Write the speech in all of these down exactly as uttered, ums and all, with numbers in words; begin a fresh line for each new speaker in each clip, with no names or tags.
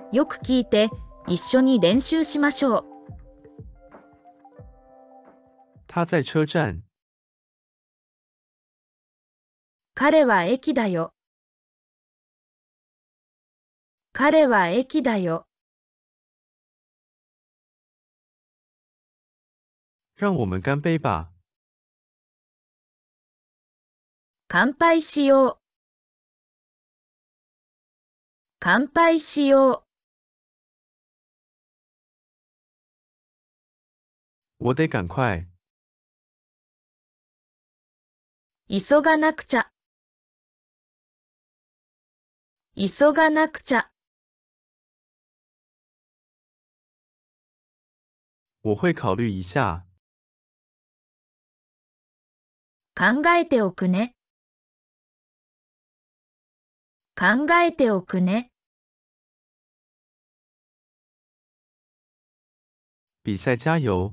よく聞いて、一緒に練習しましょう。
他在车站。
彼は駅だよ。彼は駅だよ。
让我们干杯吧。
乾杯しよう。乾杯しよ
う。我得赶快。
急がなくちゃ。急がなくちゃ。
我会考虑一下。
考えておくね。考えておくね。
比赛加油。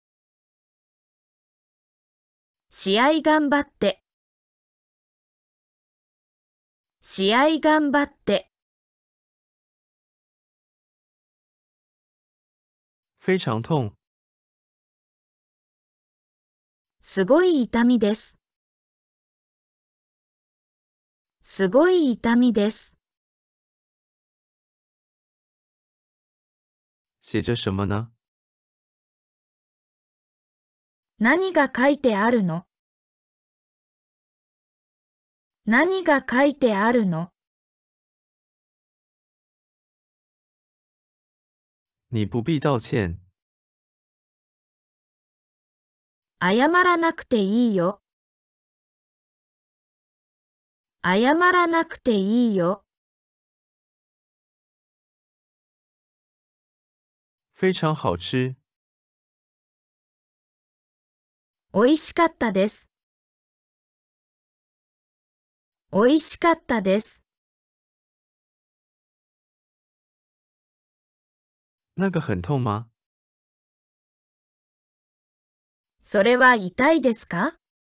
試合頑張って。試合頑張って。
非常痛。
すごい痛みです。すごい痛みです。
写着什么呢？
何が書いてあるの？何が書いてあるの？
你不必道歉。
謝らなくていいよ。謝らなくていいよ。
非常好吃。
おいしかったです。おいしかったです。
那个很痛吗？
それは痛いですか？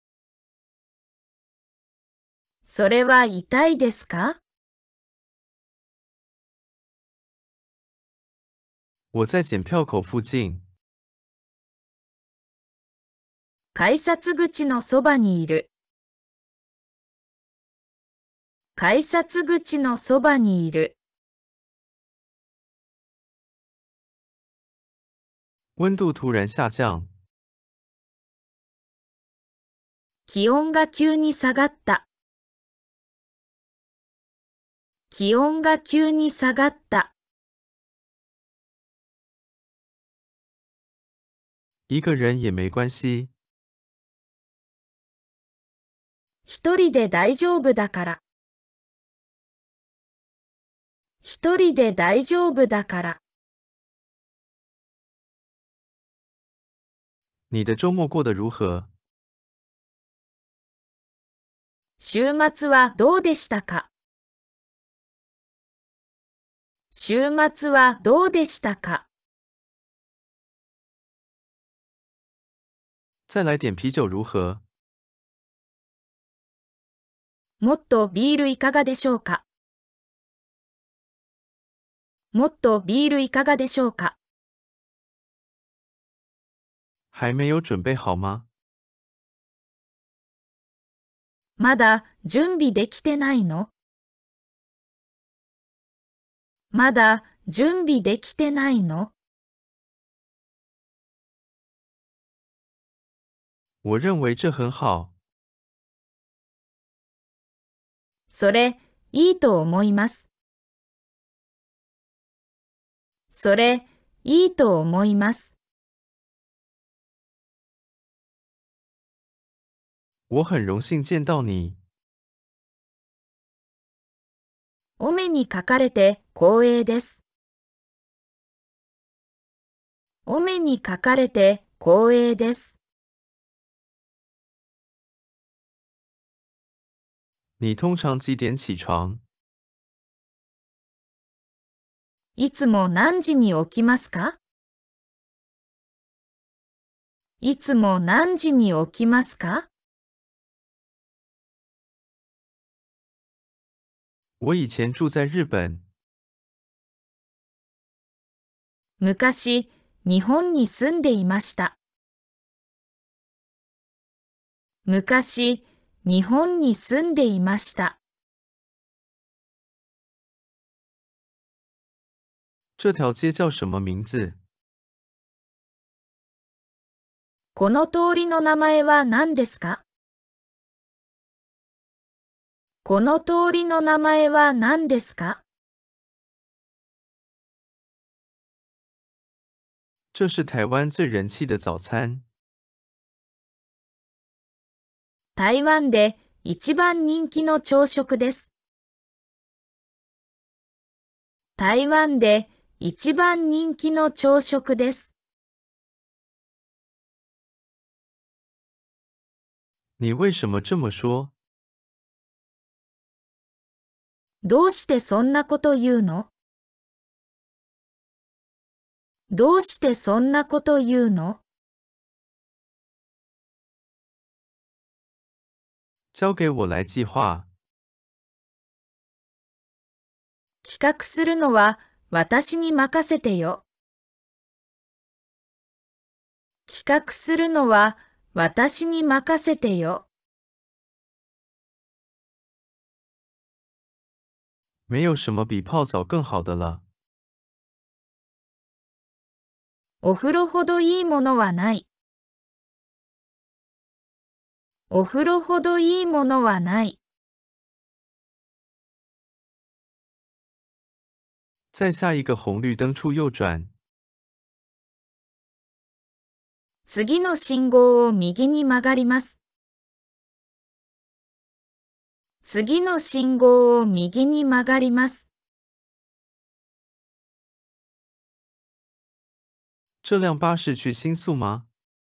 それは痛いですか？
我在检票口附近。
改札口のそばにいる。改札口のそばにいる。
温度突然下降。
気温が急に下がった。気温が急に下がった。
一个人也没关系。
一人で大丈夫だから。一人で大丈夫だから。
你的周末过得如何？
週末はどうでしたか？週末はどうでしたか？
再来点啤酒如何？
もっとビールいかがでしょうか？もっとビールいかがでしょうか？
还没有准备好吗？
まだ準備できてないの？まだ準備できてないの？
我认为这很好。
それ、いいと思います。それ、いいと思います。
我很荣幸见到你。
お目にかかれて光栄です。お目にかかれて光栄です。
你通常几点起床？
いつも何時に起きますか？いつも何時に起きますか？
我以前住在日本。
昔、日本に住んでいました。昔、日本に住んでいました。
这条街叫什么名字？
この通りの名前は何ですか？この通りの名前は何ですか？
这是台湾最人气的早餐。
台湾で一番人気の朝食です。台湾で一番人気の朝食です。
你为什么这么说？
どうしてそんなこと言うの？どうしてそんなこと言うの？
交给我来计划。
企画するのは私に任せてよ。企画するのは私に任せてよ。
没有什么比泡澡更好的了。
お風呂ほどいいものはない。お風呂ほどいいものはない。
在下一个红绿灯处右转。
次の信号を右に曲がります。次の信号を右に曲がります。
这辆巴士去新宿吗？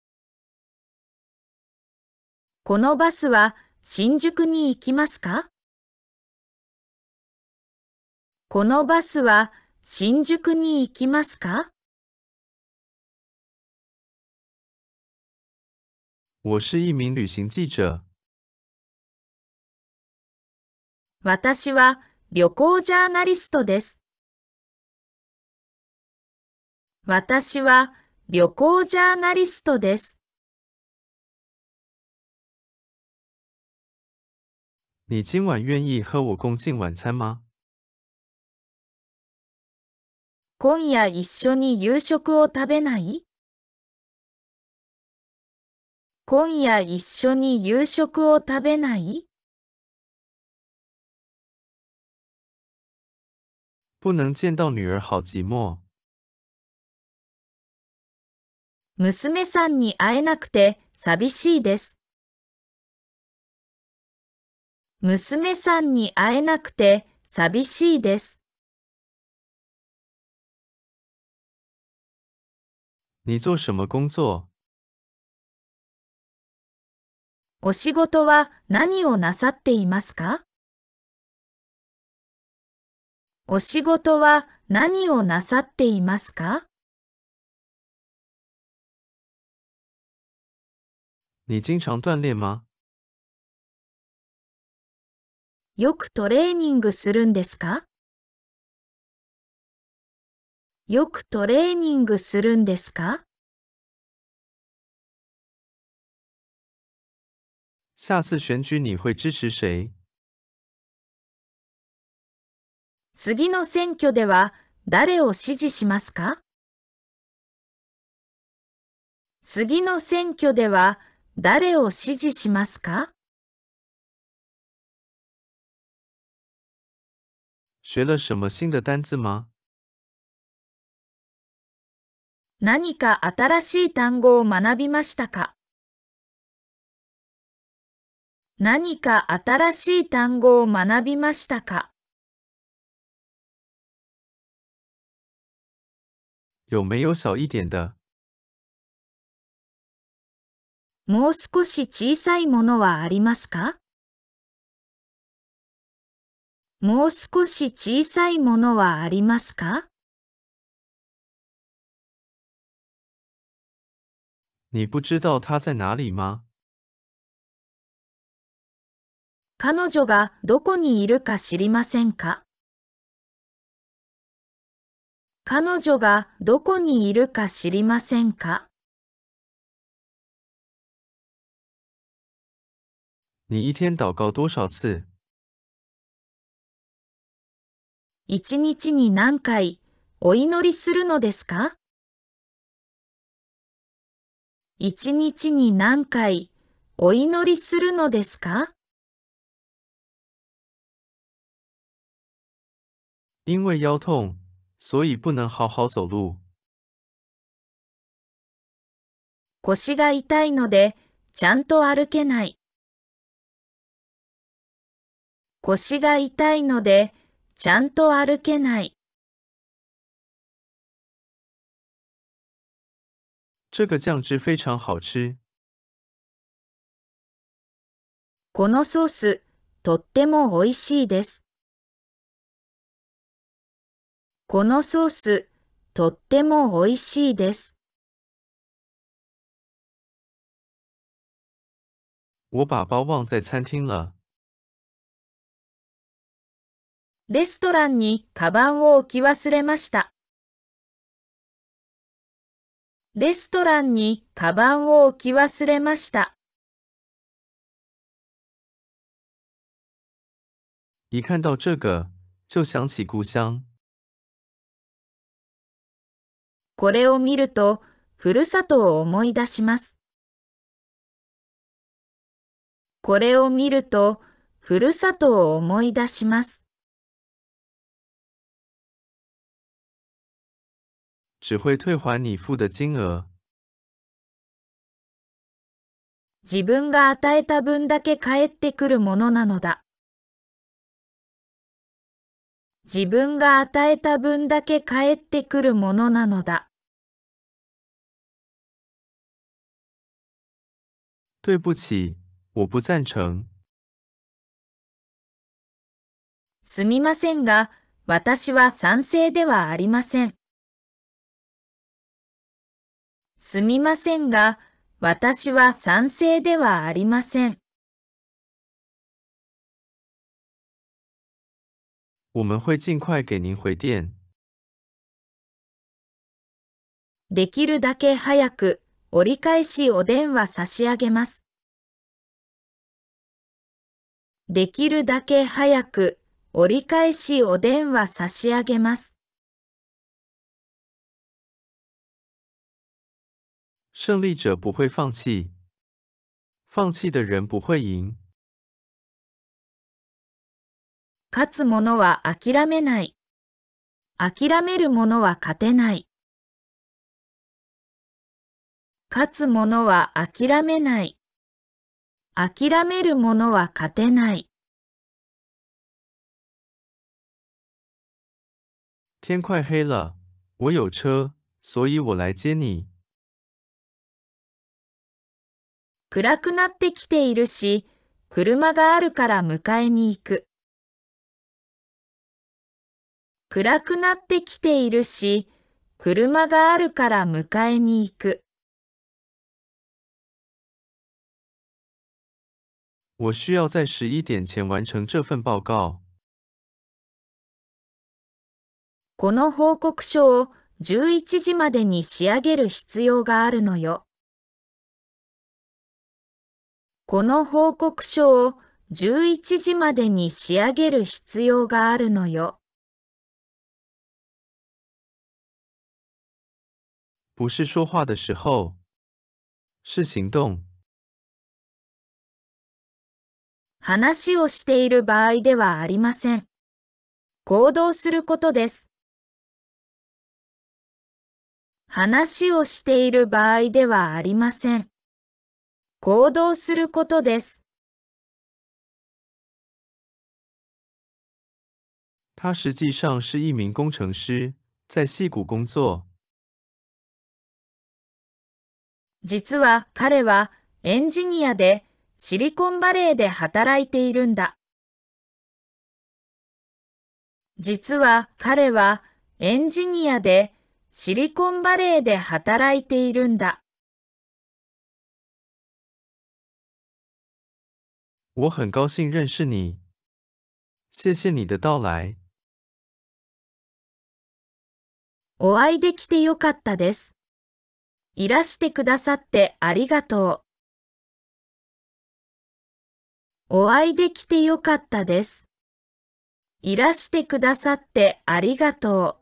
このバスは新宿に行きますか？このバスは新宿に行きますか？
我是一名旅行记者。
私は旅行ジャーナリストです。私は旅行ジャーナリストです。
你今晚愿意和我共进晚餐吗？
今夜一緒に夕食を食べない？今夜一緒に夕食を食べない？
不能见到女儿好寂寞。
娘さんに会えなくて寂しいです。娘さんに会えなくて寂しいです。
你做什么工作？
お仕事は何をなさっていますか？お仕事は何をなさっていますか？
你经常锻炼吗？
よくトレーニングするんですか？よくトレーニングするんですか？
下次选举你会支持谁？
次の選挙では誰を支持しますか？次の選挙では誰を支持しますか？
学了什么新的单字吗？
何か新しい単語を学びましたか？何か新しい単語を学びましたか？
有没有小一点的？
もう少し小さいものはありますか？もう少し小さいものはありますか？
你不知道他在哪里吗？
彼女がどこにいるか知りませんか？ 彼女がどこにいるか知りませんか？
你一天祷告多少次？
一日に何回お祈りするのですか？一日に何回お祈りするのですか？
因为腰痛，所以不能好好走路。
腰が痛いのでちゃんと歩けない。腰が痛いのでちゃんと歩けない。
这个酱汁非常好吃。
このソース、とってもおいしいです。このソース、とってもおいしいです。
我把包忘在餐厅了。
レストランにカバンを置き忘れました。レストランにカバンを置き忘れました。
一看到这个，就想起故乡。
これを見ると、ふるさとを思い出します。これを見ると、ふるさとを思い出します。
只会退还你付的金额。
自分が与えた分だけ返ってくるものなのだ。自分が与えた分だけ返ってくるものなのだ。
对不起，我不赞成。
すみませんが、私は賛成ではありません。すみませんが、私は賛成ではありません。
我们会尽快给您回电。
できるだけ早く折り返しお電話差し上げます。できるだけ早く折り返しお電話差し上げます。
胜利者不会放弃，放弃的人不会赢。
勝つ者は諦めない。諦める者は勝てない。勝つ者は諦めない。諦める者は勝てない。
天快黑了，我有车，所以我来接你。
暗くなってきているし、車があるから迎えに行く。暗くなってきているし、車があるから迎えに行く。
我需要在十一点前完成这份报告。
この報告書をじゅういちじまでに仕上げる必要があるのよ。この報告書をじゅういちじまでに仕上げる必要があるのよ。
不是说话的时候，是行動。
話をしている場合ではありません。行動することです。話をしている場合ではありません。行動することです。
他实际上是一名工程师，在矽谷工作。
実は彼はエンジニアでシリコンバレーで働いているんだ。実は彼はエンジニアでシリコンバレーで働いているんだ。
我很高兴认识你，谢谢你的到来。
お会いできてよかったです。いらしてくださってありがとう。お会いできてよかったです。いらしてくださってありがとう。